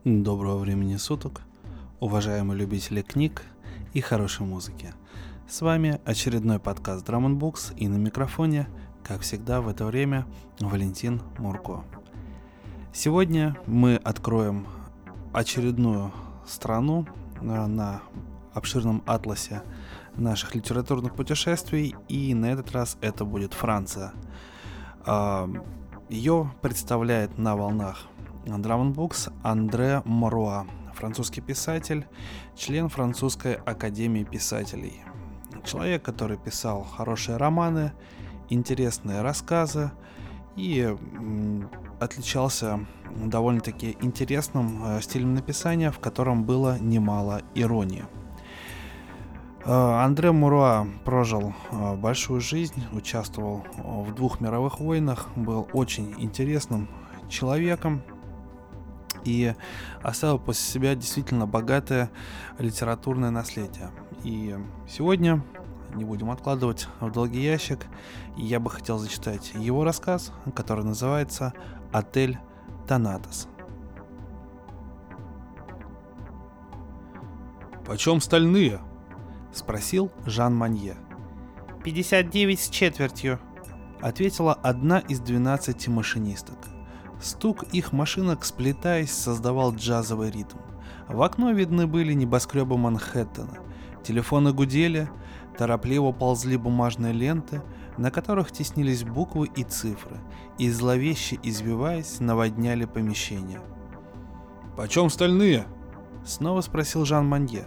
Доброго времени суток, уважаемые любители книг и хорошей музыки. С вами очередной подкаст Drum & Books, и на микрофоне, как всегда в это время, Валентин Мурко. Сегодня мы откроем очередную страну на обширном атласе наших литературных путешествий, и на этот раз это будет Франция. Ее представляет на волнах Drum & Books Андре Моруа, французский писатель, член Французской академии писателей. Человек, который писал хорошие романы, интересные рассказы и отличался довольно-таки интересным стилем написания, в котором было немало иронии. Андре Моруа прожил большую жизнь, участвовал в 2 мировых войнах, был очень интересным человеком и оставил после себя действительно богатое литературное наследие. И сегодня не будем откладывать в долгий ящик, и я бы хотел зачитать его рассказ, который называется «Отель Танатос». «Почем стальные?» — спросил Жан Манье. 59 с четвертью, — ответила одна из 12 машинисток. Стук их машинок, сплетаясь, создавал джазовый ритм. В окно видны были небоскребы Манхэттена. Телефоны гудели, торопливо ползли бумажные ленты, на которых теснились буквы и цифры, и зловеще извиваясь, наводняли помещение. «Почем стальные?» — снова спросил Жан Манье.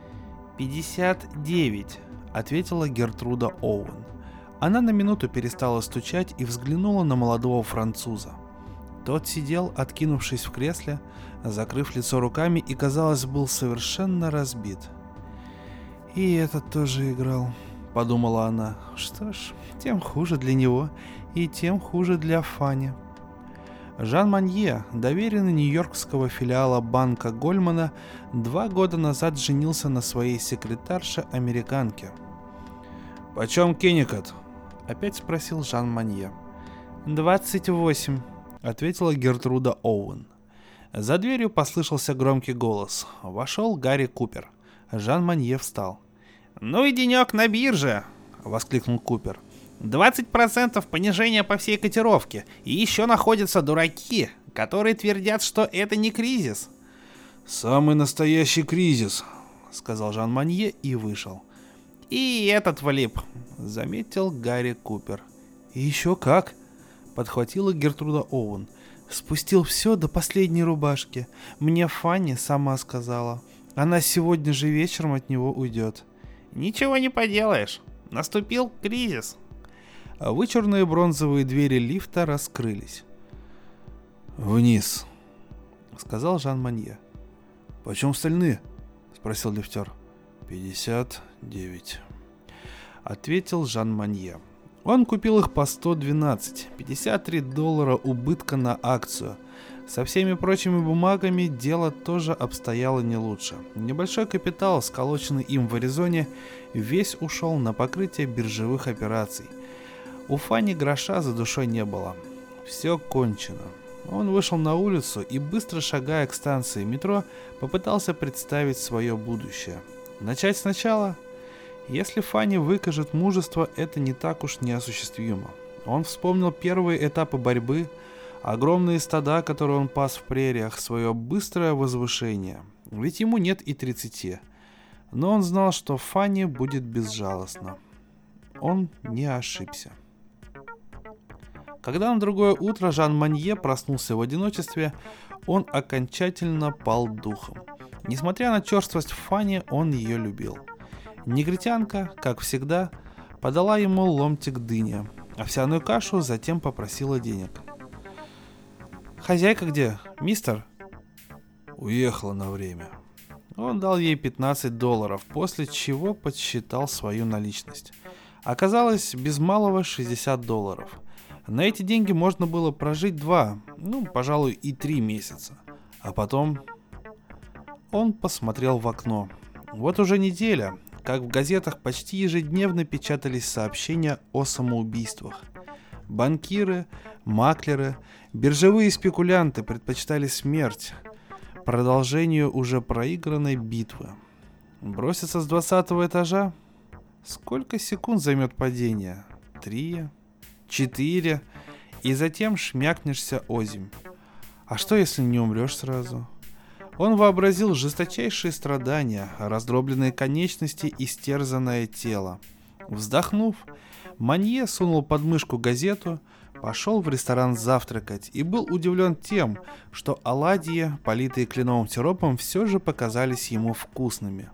59, — ответила Гертруда Оуэн. Она на минуту перестала стучать и взглянула на молодого француза. Тот сидел, откинувшись в кресле, закрыв лицо руками, и, казалось, был совершенно разбит. «И этот тоже играл», — подумала она. «Что ж, тем хуже для него, и тем хуже для Фанни». Жан Манье, доверенный нью-йоркского филиала банка Гольмана, 2 года назад женился на своей секретарше-американке. «Почем Кенникот?» — опять спросил Жан Манье. 28, — ответила Гертруда Оуэн. За дверью послышался громкий голос. Вошел Гарри Купер. Жан Манье встал. «Ну и денек на бирже!» — воскликнул Купер. 20% понижения по всей котировке. И еще находятся дураки, которые твердят, что это не кризис. «Самый настоящий кризис», — сказал Жан Манье и вышел. «И этот влип», — заметил Гарри Купер. «И еще как!» — подхватила Гертруда Оуэн. «Спустил все до последней рубашки. Мне Фанни сама сказала. Она сегодня же вечером от него уйдет». «Ничего не поделаешь. Наступил кризис». Вычурные бронзовые двери лифта раскрылись. «Вниз», — сказал Жан Манье. «Почем стальные?» — спросил лифтер. 59, — ответил Жан Манье. Он купил их по 112, $53 убытка на акцию. Со всеми прочими бумагами дело тоже обстояло не лучше. Небольшой капитал, сколоченный им в Аризоне, весь ушел на покрытие биржевых операций. У Фанни гроша за душой не было. Все кончено. Он вышел на улицу и, быстро шагая к станции метро, попытался представить свое будущее. Начать сначала? Если Фанни выкажет мужество, это не так уж неосуществимо. Он вспомнил первые этапы борьбы, огромные стада, которые он пас в прериях, свое быстрое возвышение. Ведь ему нет и 30. Но он знал, что Фанни будет безжалостна. Он не ошибся. Когда на другое утро Жан Манье проснулся в одиночестве, он окончательно пал духом. Несмотря на черствость Фанни, он ее любил. Негритянка, как всегда, подала ему ломтик дыни, овсяную кашу, затем попросила денег. «Хозяйка где, мистер?» «Уехала на время». Он дал ей $15, после чего подсчитал свою наличность. Оказалось, без малого $60. На эти деньги можно было прожить 2, пожалуй, и 3 месяца. А потом он посмотрел в окно. Вот уже неделя, как в газетах почти ежедневно печатались сообщения о самоубийствах. Банкиры, маклеры, биржевые спекулянты предпочитали смерть. продолжению уже проигранной битвы. Броситься с 20-го этажа? Сколько секунд займет падение? 3, 4, и затем шмякнешься озимь. А что, если не умрешь сразу? Он вообразил жесточайшие страдания, раздробленные конечности и стерзанное тело. Вздохнув, Манье сунул под мышку газету, пошел в ресторан завтракать и был удивлен тем, что оладьи, политые кленовым сиропом, все же показались ему вкусными.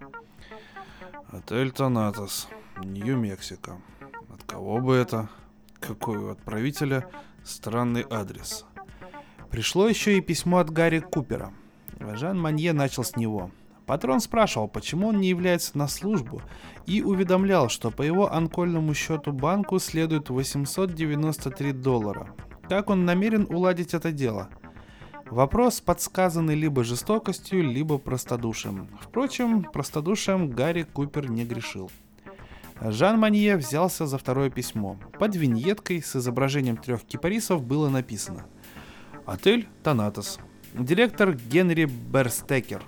Отель Танатос, Нью-Мексико. От кого бы это? Какой у отправителя странный адрес. Пришло еще и письмо от Гарри Купера. Жан Манье начал с него. Патрон спрашивал, почему он не является на службу, и уведомлял, что по его анкольному счету банку следует $893. Как он намерен уладить это дело? Вопрос, подсказанный либо жестокостью, либо простодушием. Впрочем, простодушием Гарри Купер не грешил. Жан Манье взялся за второе письмо. Под виньеткой с изображением 3 кипарисов было написано: «Отель Танатос. Директор Генри Берстекер.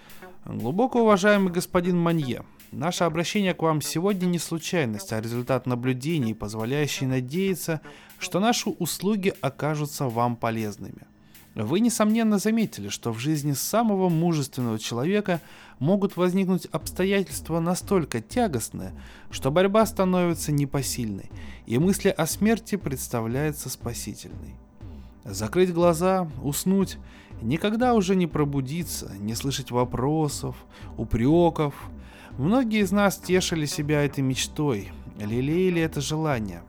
Глубоко уважаемый господин Манье, наше обращение к вам сегодня не случайность, а результат наблюдений, позволяющий надеяться, что наши услуги окажутся вам полезными. Вы, несомненно, заметили, что в жизни самого мужественного человека могут возникнуть обстоятельства настолько тягостные, что борьба становится непосильной, и мысль о смерти представляется спасительной. Закрыть глаза, уснуть, никогда уже не пробудиться, не слышать вопросов, упреков. Многие из нас тешили себя этой мечтой, лелеяли это желание.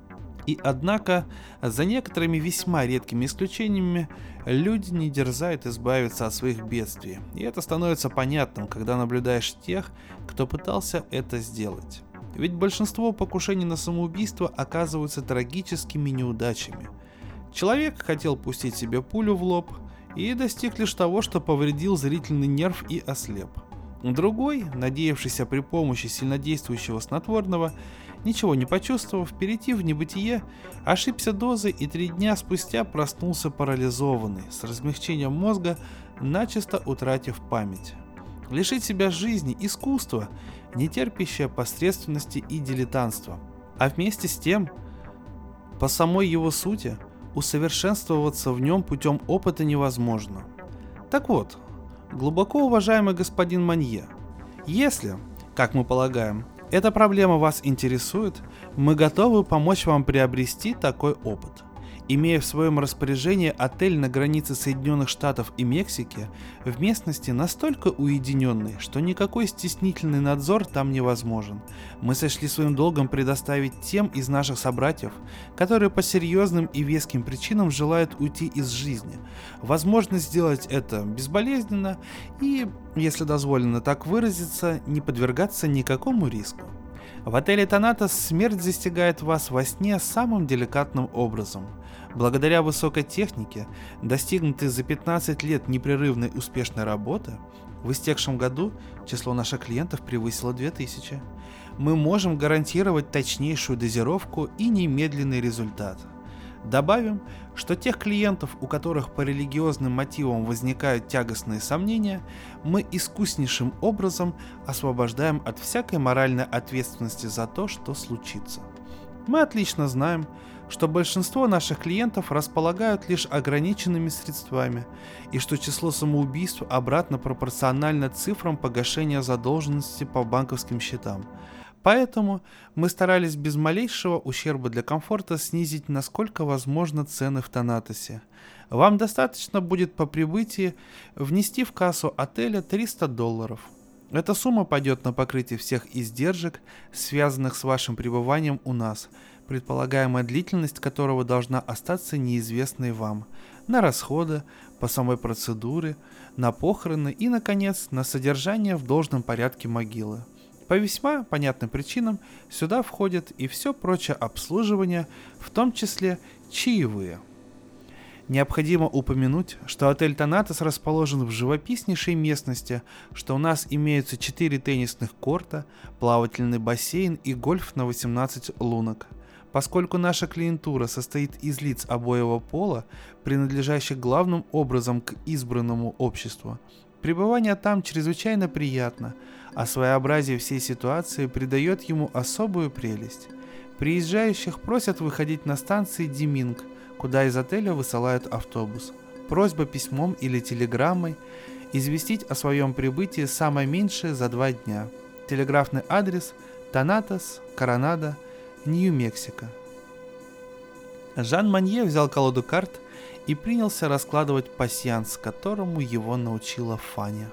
И однако, за некоторыми весьма редкими исключениями, люди не дерзают избавиться от своих бедствий. И это становится понятным, когда наблюдаешь тех, кто пытался это сделать. Ведь большинство покушений на самоубийство оказываются трагическими неудачами. Человек хотел пустить себе пулю в лоб и достиг лишь того, что повредил зрительный нерв и ослеп. Другой, надеявшийся при помощи сильнодействующего снотворного, ничего не почувствовав, перейти в небытие, ошибся дозой и 3 дня спустя проснулся парализованный, с размягчением мозга, начисто утратив память. Лишить себя жизни – искусство, не терпящее посредственности и дилетантства. А вместе с тем, по самой его сути, усовершенствоваться в нем путем опыта невозможно. Так вот, глубоко уважаемый господин Манье, если, как мы полагаем, эта проблема вас интересует, мы готовы помочь вам приобрести такой опыт. Имея в своем распоряжении отель на границе Соединенных Штатов и Мексики, в местности настолько уединенной, что никакой стеснительный надзор там невозможен, мы сочли своим долгом предоставить тем из наших собратьев, которые по серьезным и веским причинам желают уйти из жизни, возможность сделать это безболезненно и, если дозволено так выразиться, не подвергаться никакому риску. В отеле Танатос смерть застигает вас во сне самым деликатным образом. Благодаря высокой технике, достигнутой за 15 лет непрерывной успешной работы, в истекшем году число наших клиентов превысило 2000. Мы можем гарантировать точнейшую дозировку и немедленный результат. Добавим, что тех клиентов, у которых по религиозным мотивам возникают тягостные сомнения, мы искуснейшим образом освобождаем от всякой моральной ответственности за то, что случится. Мы отлично знаем, что большинство наших клиентов располагают лишь ограниченными средствами, и что число самоубийств обратно пропорционально цифрам погашения задолженности по банковским счетам. Поэтому мы старались без малейшего ущерба для комфорта снизить насколько возможно цены в Танатосе. Вам достаточно будет по прибытии внести в кассу отеля $300. Эта сумма пойдет на покрытие всех издержек, связанных с вашим пребыванием у нас, предполагаемая длительность которого должна остаться неизвестной вам, на расходы, по самой процедуре, на похороны и, наконец, на содержание в должном порядке могилы. По весьма понятным причинам сюда входит и все прочее обслуживание, в том числе чаевые. Необходимо упомянуть, что отель Танатос расположен в живописнейшей местности, что у нас имеются 4 теннисных корта, плавательный бассейн и гольф на 18 лунок. Поскольку наша клиентура состоит из лиц обоего пола, принадлежащих главным образом к избранному обществу, пребывание там чрезвычайно приятно, а своеобразие всей ситуации придает ему особую прелесть. Приезжающих просят выходить на станции Диминг, куда из отеля высылают автобус. Просьба письмом или телеграммой известить о своем прибытии самое меньшее за 2 дня. Телеграфный адрес Танатос, Коронадо, Нью-Мексико. Жан Манье взял колоду карт и принялся раскладывать пасьянс, которому его научила Фаня.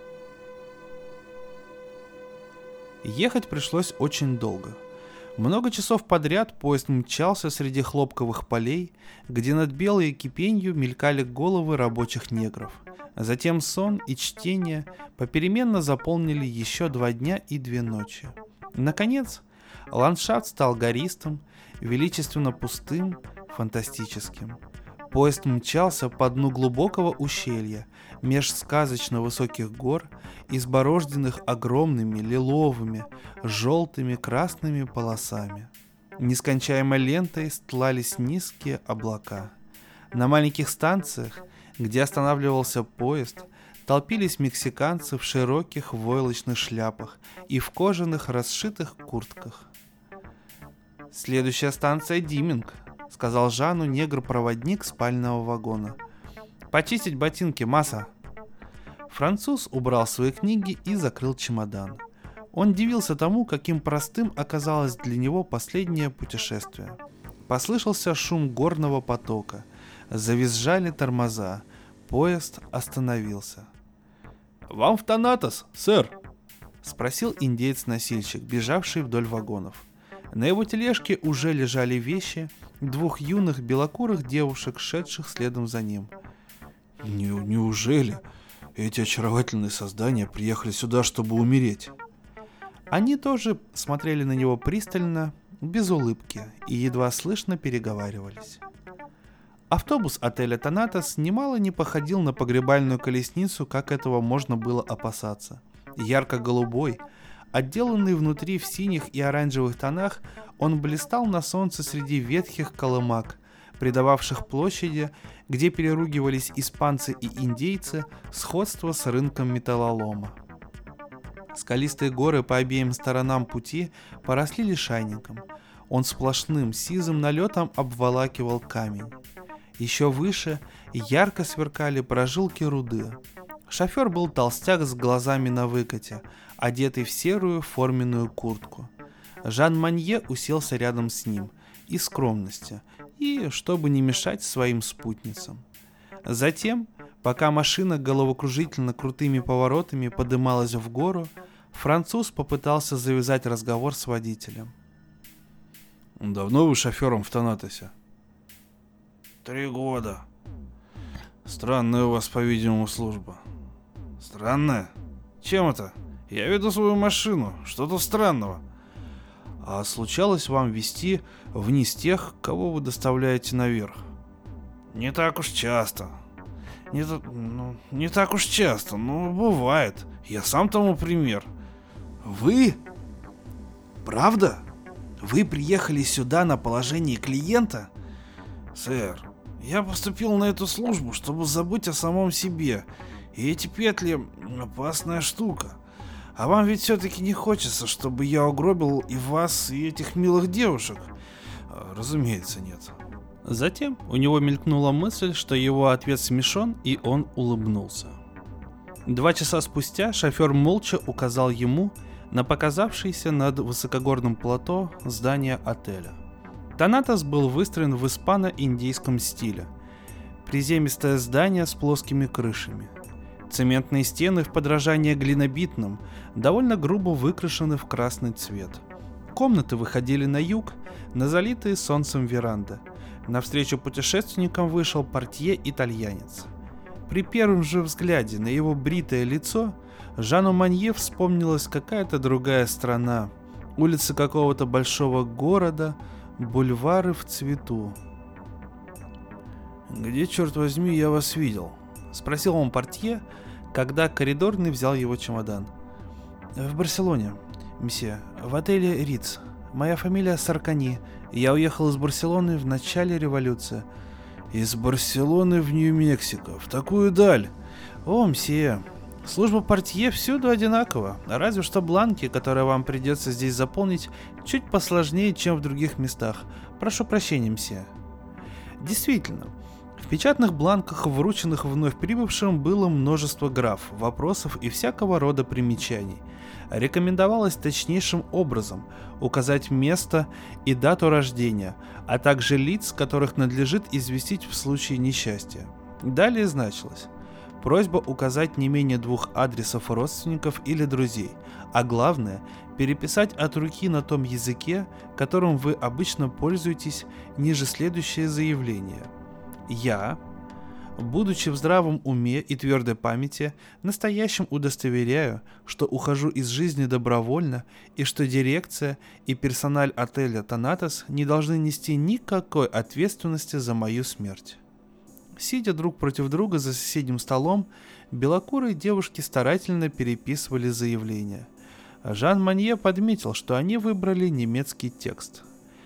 Ехать пришлось очень долго. Много часов подряд поезд мчался среди хлопковых полей, где над белой кипенью мелькали головы рабочих негров. Затем сон и чтение попеременно заполнили еще 2 дня и 2 ночи. Наконец, ландшафт стал гористым, величественно пустым, фантастическим. Поезд мчался по дну глубокого ущелья, меж сказочно высоких гор, изборожденных огромными лиловыми, желтыми, красными полосами. Нескончаемой лентой стлались низкие облака. На маленьких станциях, где останавливался поезд, толпились мексиканцы в широких войлочных шляпах и в кожаных расшитых куртках. «Следующая станция Диминг», — сказал Жану негр-проводник спального вагона. «Почистить ботинки, масса!» Француз убрал свои книги и закрыл чемодан. Он дивился тому, каким простым оказалось для него последнее путешествие. Послышался шум горного потока. Завизжали тормоза. Поезд остановился. «Вам в Танатос, сэр?» — спросил индеец-носильщик, бежавший вдоль вагонов. На его тележке уже лежали вещи 2 юных белокурых девушек, шедших следом за ним. Неужели эти очаровательные создания приехали сюда, чтобы умереть? Они тоже смотрели на него пристально, без улыбки, и едва слышно переговаривались. Автобус отеля Танатос немало не походил на погребальную колесницу, как этого можно было опасаться. Ярко-голубой, отделанный внутри в синих и оранжевых тонах, он блистал на солнце среди ветхих колымак, придававших площади, где переругивались испанцы и индейцы, сходство с рынком металлолома. Скалистые горы по обеим сторонам пути поросли лишайником. Он сплошным сизым налетом обволакивал камень. Еще выше ярко сверкали прожилки руды. Шофер был толстяк с глазами на выкате, одетый в серую форменную куртку. Жан Манье уселся рядом с ним, из скромности, и чтобы не мешать своим спутницам. Затем, пока машина головокружительно крутыми поворотами подымалась в гору, француз попытался завязать разговор с водителем. «Давно вы шофером в Танатосе?» 3 года. Странная у вас, по-видимому, служба. Странная? Чем это? Я веду свою машину. Что тут странного? А случалось вам везти вниз тех, кого вы доставляете наверх? Не так уж часто. Не так уж часто, но бывает. Я сам тому пример. Вы? Правда? Вы приехали сюда на положении клиента? Сэр, я поступил на эту службу, чтобы забыть о самом себе. И эти петли — опасная штука. А вам ведь все-таки не хочется, чтобы я угробил и вас, и этих милых девушек? Разумеется, нет. Затем у него мелькнула мысль, что его ответ смешон, и он улыбнулся. 2 часа спустя шофер молча указал ему на показавшееся над высокогорным плато здание отеля. Танатос был выстроен в испано-индийском стиле. Приземистое здание с плоскими крышами. Цементные стены в подражание глинобитным довольно грубо выкрашены в красный цвет. Комнаты выходили на юг, на залитые солнцем веранды. Навстречу путешественникам вышел портье-итальянец. При первом же взгляде на его бритое лицо Жану Манье вспомнилась какая-то другая страна, улицы какого-то большого города, бульвары в цвету. «Где, черт возьми, я вас видел?» — спросил он портье, когда коридорный взял его чемодан. «В Барселоне, месье, в отеле Риц. Моя фамилия Саркани. Я уехал из Барселоны в начале революции. Из Барселоны в Нью-Мексико, в такую даль. О, мсье, служба портье всюду одинакова, разве что бланки, которые вам придется здесь заполнить, чуть посложнее, чем в других местах. Прошу прощения, мсье. Действительно, в печатных бланках, врученных вновь прибывшим, было множество граф, вопросов и всякого рода примечаний. Рекомендовалось точнейшим образом указать место и дату рождения, а также лиц, которых надлежит известить в случае несчастья. Далее значилось: просьба указать не менее 2 адресов родственников или друзей, а главное – переписать от руки на том языке, которым вы обычно пользуетесь, ниже следующее заявление. Я, будучи в здравом уме и твердой памяти, настоящим удостоверяю, что ухожу из жизни добровольно и что дирекция и персональ отеля «Танатос» не должны нести никакой ответственности за мою смерть. Сидя друг против друга за соседним столом, белокурые девушки старательно переписывали заявления. Жан Манье подметил, что они выбрали немецкий текст.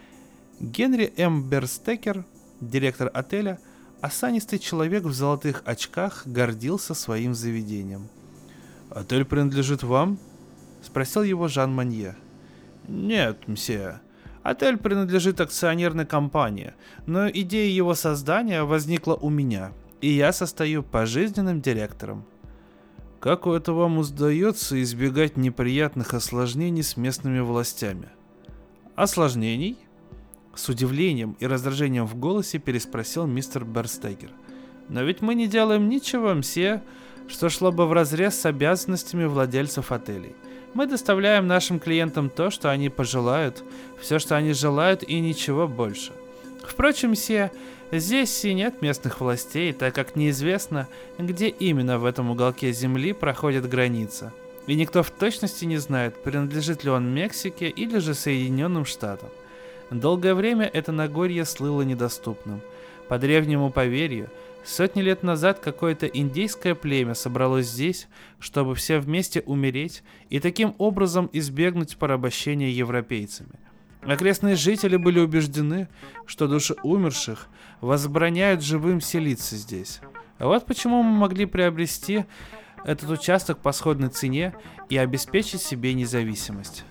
Генри М. Берстекер, директор отеля, осанистый человек в золотых очках, гордился своим заведением. «Отель принадлежит вам?» — спросил его Жан Манье. «Нет, мсье. Отель принадлежит акционерной компании, но идея его создания возникла у меня, и я состою пожизненным директором». «Как это вам удается избегать неприятных осложнений с местными властями?» «Осложнений?» С удивлением и раздражением в голосе переспросил мистер Берстекер. «Но ведь мы не делаем ничего, мсье, что шло бы вразрез с обязанностями владельцев отелей. Мы доставляем нашим клиентам то, что они пожелают, все, что они желают, и ничего больше. Впрочем, мсье, здесь и нет местных властей, так как неизвестно, где именно в этом уголке земли проходит граница. И никто в точности не знает, принадлежит ли он Мексике или же Соединенным Штатам. Долгое время это Нагорье слыло недоступным. По древнему поверью, сотни лет назад какое-то индейское племя собралось здесь, чтобы все вместе умереть и таким образом избегнуть порабощения европейцами. Окрестные жители были убеждены, что души умерших возбраняют живым селиться здесь. Вот почему мы могли приобрести этот участок по сходной цене и обеспечить себе независимость.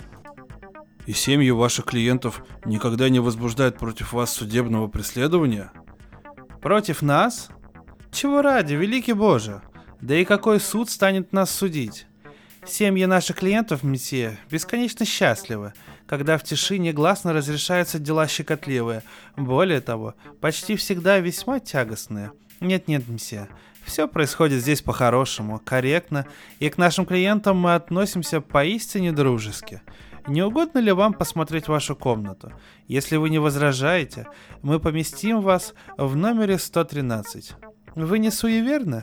И семьи ваших клиентов никогда не возбуждают против вас судебного преследования? Против нас? Чего ради, великий Боже? Да и какой суд станет нас судить? Семьи наших клиентов, месье, бесконечно счастливы, когда в тиши негласно разрешаются дела щекотливые, более того, почти всегда весьма тягостные. Нет-нет, месье, все происходит здесь по-хорошему, корректно, и к нашим клиентам мы относимся поистине дружески. Не угодно ли вам посмотреть вашу комнату? Если вы не возражаете, мы поместим вас в номере 113. Вы не суеверны?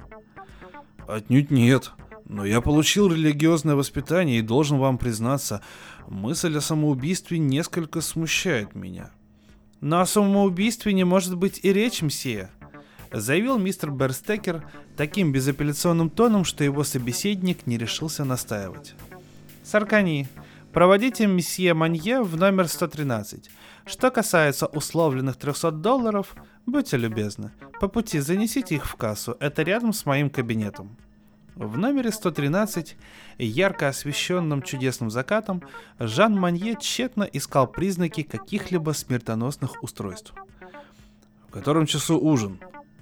Отнюдь нет. Но я получил религиозное воспитание и должен вам признаться, мысль о самоубийстве несколько смущает меня. Но о самоубийстве не может быть и речи, мсье, заявил мистер Берстекер таким безапелляционным тоном, что его собеседник не решился настаивать. Саркани, проводите месье Манье в номер 113. Что касается условленных $300, будьте любезны, по пути занесите их в кассу, это рядом с моим кабинетом. В номере 113, ярко освещенном чудесным закатом, Жан Манье тщетно искал признаки каких-либо смертоносных устройств. В котором часу ужин?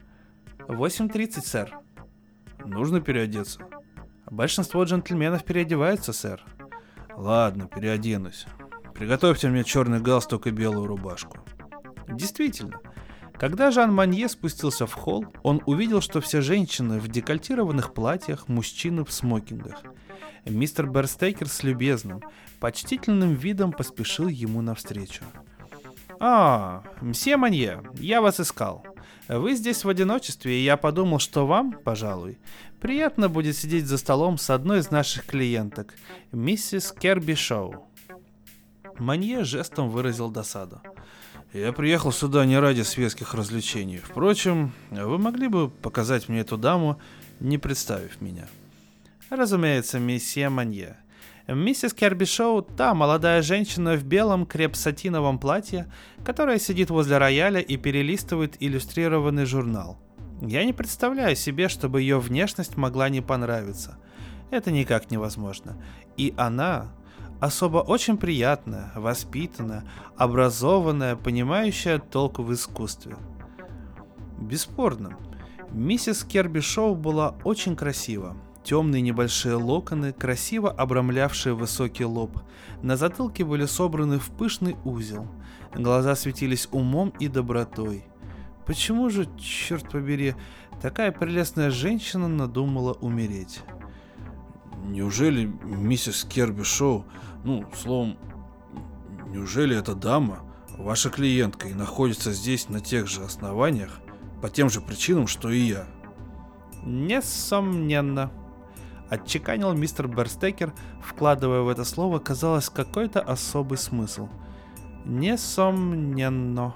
8:30, сэр. Нужно переодеться. Большинство джентльменов переодеваются, сэр. Ладно, переоденусь. Приготовьте мне черный галстук и белую рубашку. Действительно, когда Жан Манье спустился в холл, он увидел, что все женщины в декольтированных платьях, мужчины в смокингах. Мистер Берстекер с любезным, почтительным видом поспешил ему навстречу. Мсье Манье, я вас искал. Вы здесь в одиночестве, и я подумал, что вам, пожалуй, приятно будет сидеть за столом с одной из наших клиенток, миссис Керби Шоу». Манье жестом выразил досаду. «Я приехал сюда не ради светских развлечений. Впрочем, вы могли бы показать мне эту даму, не представив меня?» «Разумеется, месье Манье. Миссис Кербишоу — та молодая женщина в белом креп-сатиновом платье, которая сидит возле рояля и перелистывает иллюстрированный журнал. Я не представляю себе, чтобы ее внешность могла не понравиться. Это никак невозможно. И она особо очень приятная, воспитанная, образованная, понимающая толк в искусстве. Бесспорно, миссис Кербишоу была очень красива. Темные небольшие локоны, красиво обрамлявшие высокий лоб. На затылке были собраны в пышный узел. Глаза светились умом и добротой. Почему же, черт побери, такая прелестная женщина надумала умереть? Неужели миссис Кербишоу, словом, неужели эта дама, ваша клиентка, и находится здесь на тех же основаниях, по тем же причинам, что и я? Несомненно. Отчеканил мистер Берстекер, вкладывая в это слово, казалось, какой-то особый смысл. Несомненно.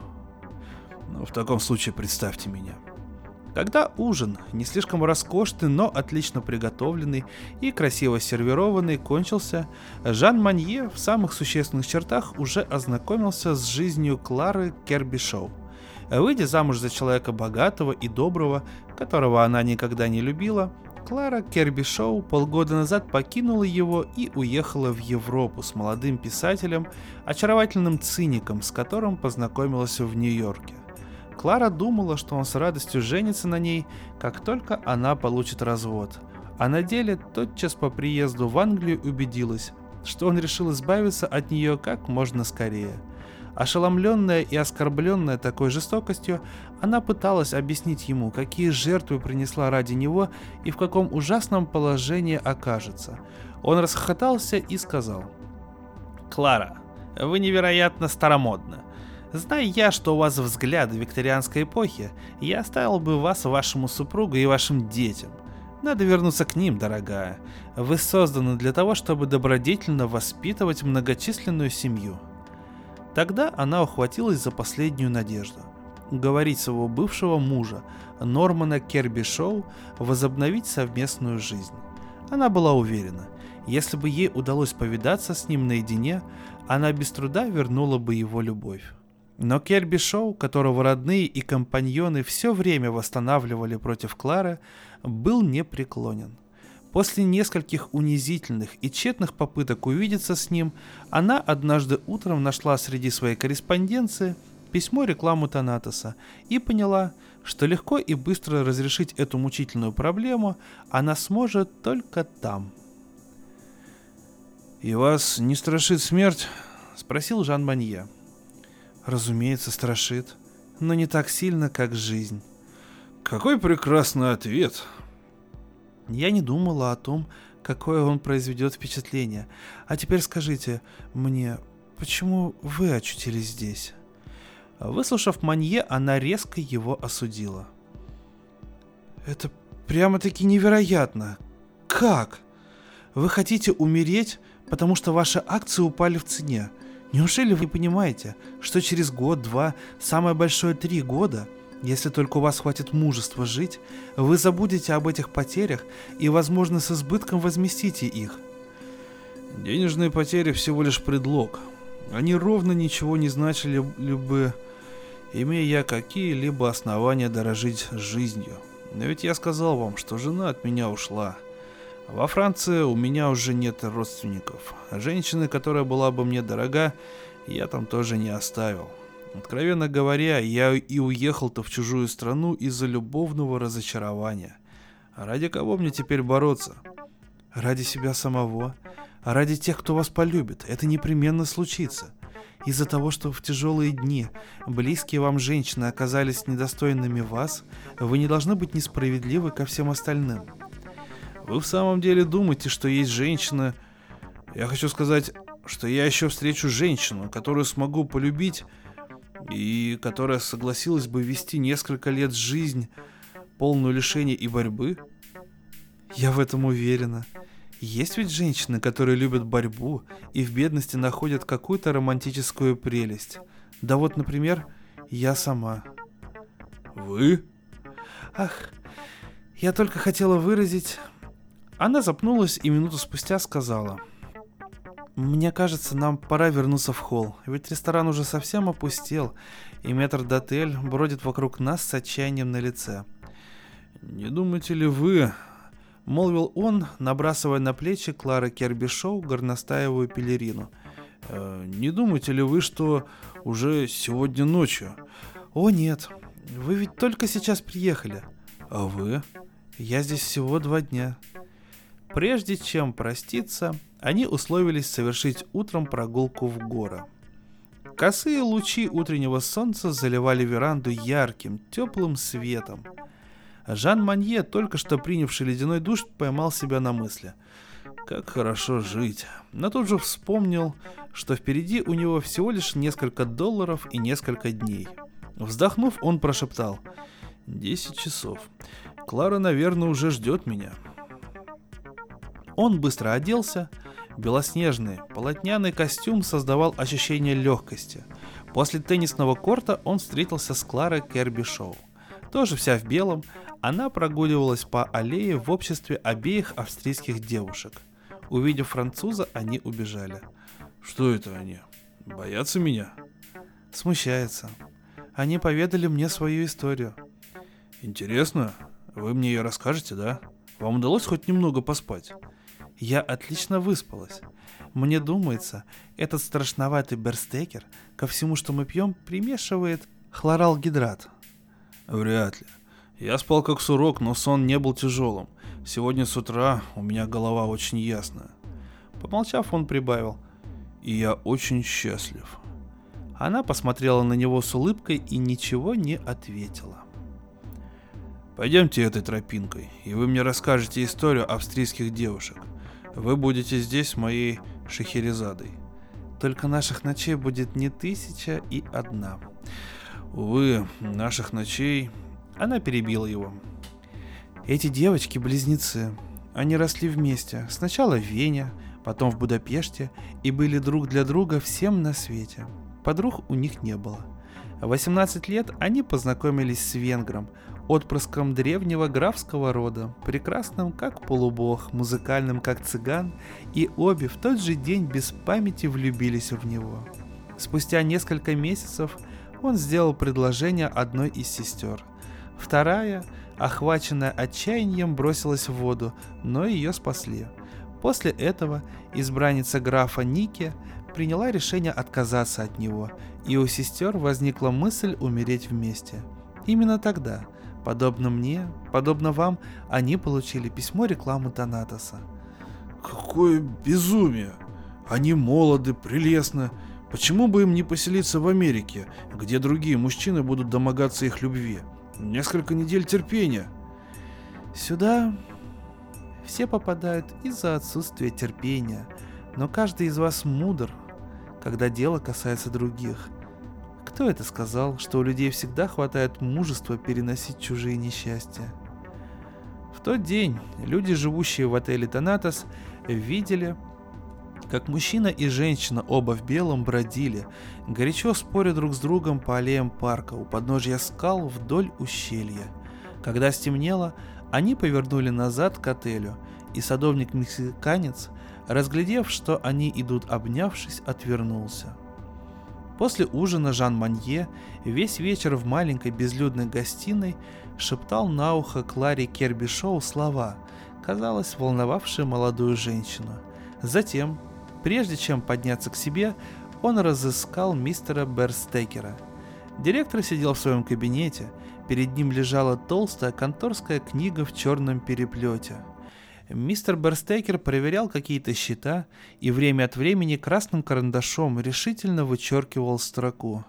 В таком случае представьте меня. Когда ужин, не слишком роскошный, но отлично приготовленный и красиво сервированный, кончился, Жан Манье в самых существенных чертах уже ознакомился с жизнью Клары Кербишоу. Выйдя замуж за человека богатого и доброго, которого она никогда не любила, Клара Кербишоу полгода назад покинула его и уехала в Европу с молодым писателем, очаровательным циником, с которым познакомилась в Нью-Йорке. Клара думала, что он с радостью женится на ней, как только она получит развод, а на деле тотчас по приезду в Англию убедилась, что он решил избавиться от нее как можно скорее. Ошеломленная и оскорбленная такой жестокостью, она пыталась объяснить ему, какие жертвы принесла ради него и в каком ужасном положении окажется. Он расхохотался и сказал: «Клара, вы невероятно старомодны. Зная я, что у вас взгляды викторианской эпохи, я оставил бы вас вашему супругу и вашим детям. Надо вернуться к ним, дорогая. Вы созданы для того, чтобы добродетельно воспитывать многочисленную семью». Тогда она ухватилась за последнюю надежду – уговорить своего бывшего мужа, Нормана Кербишоу, возобновить совместную жизнь. Она была уверена, если бы ей удалось повидаться с ним наедине, она без труда вернула бы его любовь. Но Кербишоу, которого родные и компаньоны все время восстанавливали против Клары, был непреклонен. После нескольких унизительных и тщетных попыток увидеться с ним, она однажды утром нашла среди своей корреспонденции письмо-рекламу Танатоса и поняла, что легко и быстро разрешить эту мучительную проблему она сможет только там. «И вас не страшит смерть?» — спросил Жан Манье. «Разумеется, страшит, но не так сильно, как жизнь». «Какой прекрасный ответ!» Я не думала о том, какое он произведет впечатление. А теперь скажите мне, почему вы очутились здесь?» Выслушав Манье, она резко его осудила. «Это прямо-таки невероятно! Как? Вы хотите умереть, потому что ваши акции упали в цене? Неужели вы не понимаете, что через год-два, самое большое 3 года, если только у вас хватит мужества жить, вы забудете об этих потерях и, возможно, с избытком возместите их?» «Денежные потери всего лишь предлог. Они ровно ничего не значили бы, имея я какие-либо основания дорожить жизнью. Но ведь я сказал вам, что жена от меня ушла. Во Франции у меня уже нет родственников. Женщины, которая была бы мне дорога, я там тоже не оставил. Откровенно говоря, я и уехал-то в чужую страну из-за любовного разочарования. А ради кого мне теперь бороться? Ради себя самого, а ради тех, кто вас полюбит. Это непременно случится. Из-за того, что в тяжелые дни близкие вам женщины оказались недостойными вас, вы не должны быть несправедливы ко всем остальным. Вы в самом деле думаете, что есть женщина... Я хочу сказать, что я еще встречу женщину, которую смогу полюбить, и которая согласилась бы вести несколько лет жизнь, полную лишений и борьбы? Я в этом уверена. Есть ведь женщины, которые любят борьбу и в бедности находят какую-то романтическую прелесть. Да вот, например, я сама. Вы? Ах, я только хотела выразить... Она запнулась и минуту спустя сказала: Мне кажется, нам пора вернуться в холл, ведь ресторан уже совсем опустел, и метрдотель бродит вокруг нас с отчаянием на лице. «Не думаете ли вы...» — молвил он, набрасывая на плечи Клары Керби-Шоу горностаевую пелерину. «Не думаете ли вы, что уже сегодня ночью?» «О нет, вы ведь только сейчас приехали». «А вы?» «Я здесь всего 2 дня». Прежде чем проститься, они условились совершить утром прогулку в горы. Косые лучи утреннего солнца заливали веранду ярким, теплым светом. Жан Манье, только что принявший ледяной душ, поймал себя на мысли: как хорошо жить. Но тут же вспомнил, что впереди у него всего лишь несколько долларов и несколько дней. Вздохнув, он прошептал: 10 часов. Клара, наверное, уже ждет меня. Он быстро оделся. Белоснежный, полотняный костюм создавал ощущение легкости. После теннисного корта он встретился с Кларой Керби-Шоу. Тоже вся в белом, она прогуливалась по аллее в обществе обеих австрийских девушек. Увидев француза, они убежали. «Что это они? Боятся меня?» «Смущается. Они поведали мне свою историю». «Интересно? Вы мне ее расскажете, да? Вам удалось хоть немного поспать?» Я отлично выспалась. Мне думается, этот страшноватый Берстекер ко всему, что мы пьем, примешивает хлоралгидрат. Вряд ли. Я спал как сурок, но сон не был тяжелым. Сегодня с утра у меня голова очень ясная. Помолчав, он прибавил: и я очень счастлив. Она посмотрела на него с улыбкой и ничего не ответила. Пойдемте этой тропинкой, и вы мне расскажете историю австрийских девушек. Вы будете здесь моей Шахерезадой. Только наших ночей будет не 1001. Увы, наших ночей... Она перебила его. Эти девочки-близнецы. Они росли вместе. Сначала в Вене, потом в Будапеште, и были друг для друга всем на свете. Подруг у них не было. В 18 лет они познакомились с венгром, отпрыском древнего графского рода, прекрасным как полубог, музыкальным как цыган, и обе в тот же день без памяти влюбились в него. Спустя несколько месяцев он сделал предложение одной из сестер. Вторая, охваченная отчаянием, бросилась в воду, но ее спасли. После этого избранница графа Нике приняла решение отказаться от него, и у сестер возникла мысль умереть вместе. Именно тогда, подобно мне, подобно вам, они получили письмо рекламы Танатоса. Какое безумие! Они молоды, прелестны. Почему бы им не поселиться в Америке, где другие мужчины будут домогаться их любви? Несколько недель терпения. Сюда все попадают из-за отсутствия терпения, но каждый из вас мудр, когда дело касается других. Кто это сказал, что у людей всегда хватает мужества переносить чужие несчастья? В тот день люди, живущие в отеле Танатос, видели, как мужчина и женщина, оба в белом, бродили, горячо споря друг с другом по аллеям парка у подножья скал вдоль ущелья. Когда стемнело, они повернули назад к отелю, и садовник-мексиканец, разглядев, что они идут обнявшись, отвернулся. После ужина Жан Манье весь вечер в маленькой безлюдной гостиной шептал на ухо Кларе Керби-Шоу слова, казалось, волновавшие молодую женщину. Затем, прежде чем подняться к себе, он разыскал мистера Берстекера. Директор сидел в своем кабинете, перед ним лежала толстая конторская книга в черном переплете. Мистер Берстекер проверял какие-то счета и время от времени красным карандашом решительно вычеркивал строку.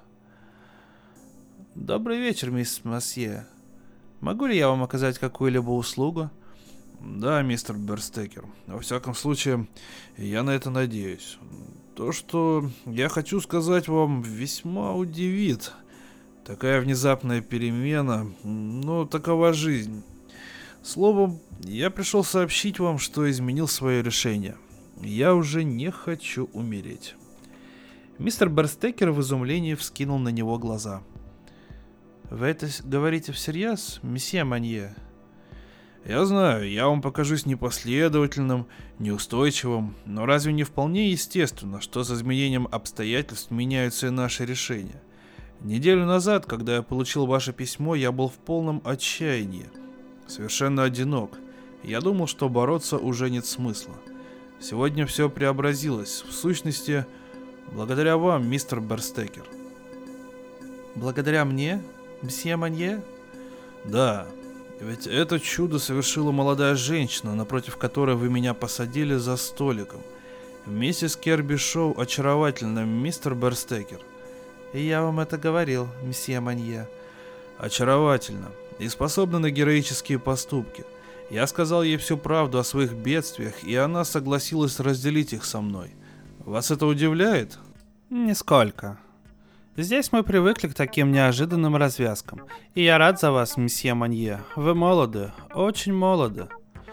«Добрый вечер, мисс Масье. Могу ли я вам оказать какую-либо услугу?» «Да, мистер Берстекер. Во всяком случае, я на это надеюсь. То, что я хочу сказать вам, весьма удивит. Такая внезапная перемена, но такова жизнь. Словом, я пришел сообщить вам, что изменил свое решение. Я уже не хочу умереть». Мистер Берстекер в изумлении вскинул на него глаза. «Вы это говорите всерьез, месье Манье?» Я знаю, я вам покажусь непоследовательным, неустойчивым, но разве не вполне естественно, что с изменением обстоятельств меняются и наши решения? Неделю назад, когда я получил ваше письмо, я был в полном отчаянии, совершенно одинок. Я думал, что бороться уже нет смысла. Сегодня все преобразилось, в сущности, благодаря вам, мистер Берстекер. Благодаря мне, мсье Манье? Да, ведь это чудо совершила молодая женщина, напротив которой вы меня посадили за столиком. Миссис Кербишоу очаровательна, мистер Берстекер. И я вам это говорил, мсье Манье. Очаровательно и способна на героические поступки. Я сказал ей всю правду о своих бедствиях, и она согласилась разделить их со мной. Вас это удивляет? Нисколько. Здесь мы привыкли к таким неожиданным развязкам. И я рад за вас, мсье Манье. Вы молоды, очень молоды.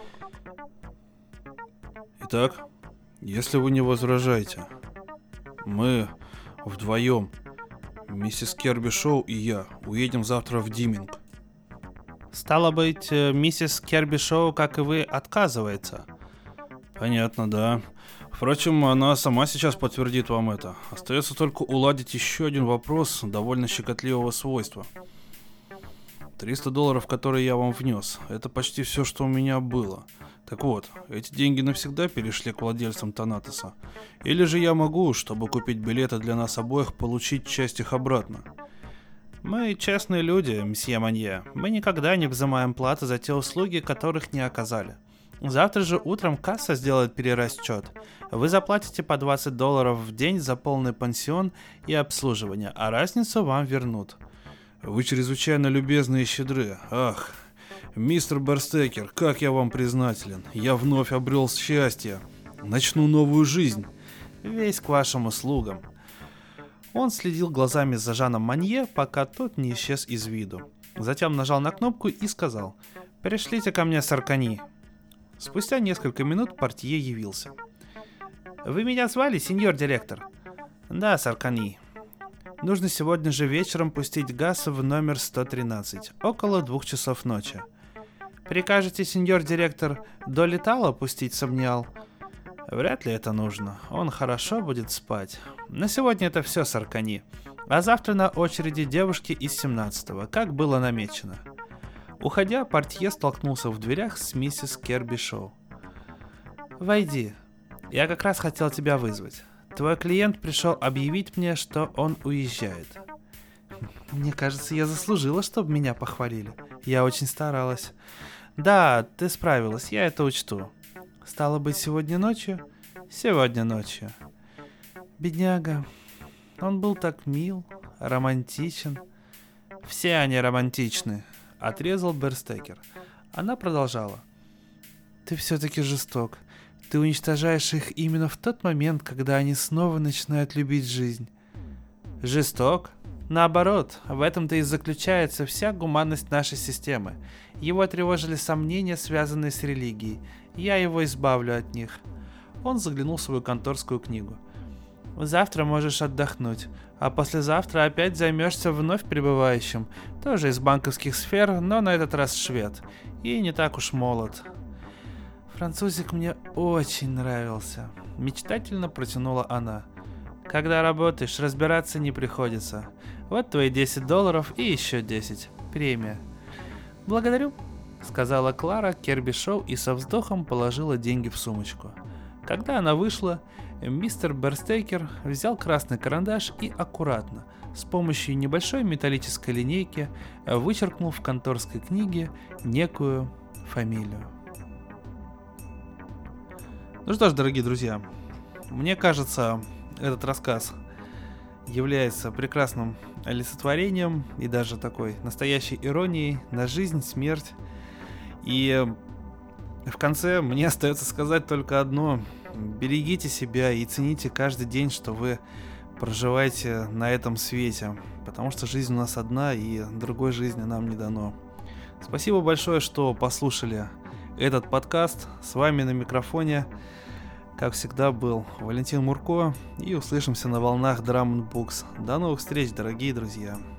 Итак, если вы не возражаете, мы вдвоем, миссис Кербишоу и я, уедем завтра в Диминг. Стало быть, миссис Кербишоу, как и вы, отказывается. Понятно, да. Впрочем, она сама сейчас подтвердит вам это. Остается только уладить еще один вопрос довольно щекотливого свойства. $300, которые я вам внес, это почти все, что у меня было. Так вот, эти деньги навсегда перешли к владельцам Танатоса. Или же я могу, чтобы купить билеты для нас обоих, получить часть их обратно? Мы честные люди, мсье Манье. Мы никогда не взимаем платы за те услуги, которых не оказали. Завтра же утром касса сделает перерасчет. Вы заплатите по $20 в день за полный пансион и обслуживание, а разницу вам вернут. Вы чрезвычайно любезны и щедры. Ах, мистер Берстекер, как я вам признателен. Я вновь обрел счастье. Начну новую жизнь. Весь к вашим услугам. Он следил глазами за Жаном Манье, пока тот не исчез из виду. Затем нажал на кнопку и сказал: «Пришлите ко мне Саркани». Спустя несколько минут портье явился. «Вы меня звали, сеньор директор?» «Да, Саркани. Нужно сегодня же вечером пустить газ в номер 113, около 2 часов ночи. Прикажете, сеньор директор, до Летала пустить Сомниал?» «Вряд ли это нужно. Он хорошо будет спать. На сегодня это все, Саркани. А завтра на очереди девушки из 17-го, как было намечено». Уходя, портье столкнулся в дверях с миссис Кербишоу. «Войди. Я как раз хотел тебя вызвать. Твой клиент пришел объявить мне, что он уезжает». «Мне кажется, я заслужила, чтобы меня похвалили. Я очень старалась». «Да, ты справилась, я это учту». «Стало быть, сегодня ночью?» «Сегодня ночью». «Бедняга. Он был так мил, романтичен». «Все они романтичны», — отрезал Берстекер. Она продолжала. «Ты все-таки жесток. Ты уничтожаешь их именно в тот момент, когда они снова начинают любить жизнь». «Жесток? Наоборот, в этом-то и заключается вся гуманность нашей системы. Его тревожили сомнения, связанные с религией. Я его избавлю от них». Он заглянул в свою конторскую книгу. «Завтра можешь отдохнуть, а послезавтра опять займешься вновь прибывающим, тоже из банковских сфер, но на этот раз швед, и не так уж молод». «Французик мне очень нравился», — мечтательно протянула она. «Когда работаешь, разбираться не приходится. Вот твои $10 и еще 10. Премия». «Благодарю», — сказала Клара Кербишоу и со вздохом положила деньги в сумочку. Когда она вышла, мистер Берстекер взял красный карандаш и аккуратно, с помощью небольшой металлической линейки, вычеркнул в конторской книге некую фамилию. Ну что ж, дорогие друзья, мне кажется, этот рассказ является прекрасным олицетворением и даже такой настоящей иронией на жизнь, смерть. И в конце мне остается сказать только одно: берегите себя и цените каждый день, что вы проживаете на этом свете, потому что жизнь у нас одна, и другой жизни нам не дано. Спасибо большое, что послушали этот подкаст. С вами на микрофоне, как всегда, был Валентин Мурко, и услышимся на волнах Drum & Books. До новых встреч, дорогие друзья!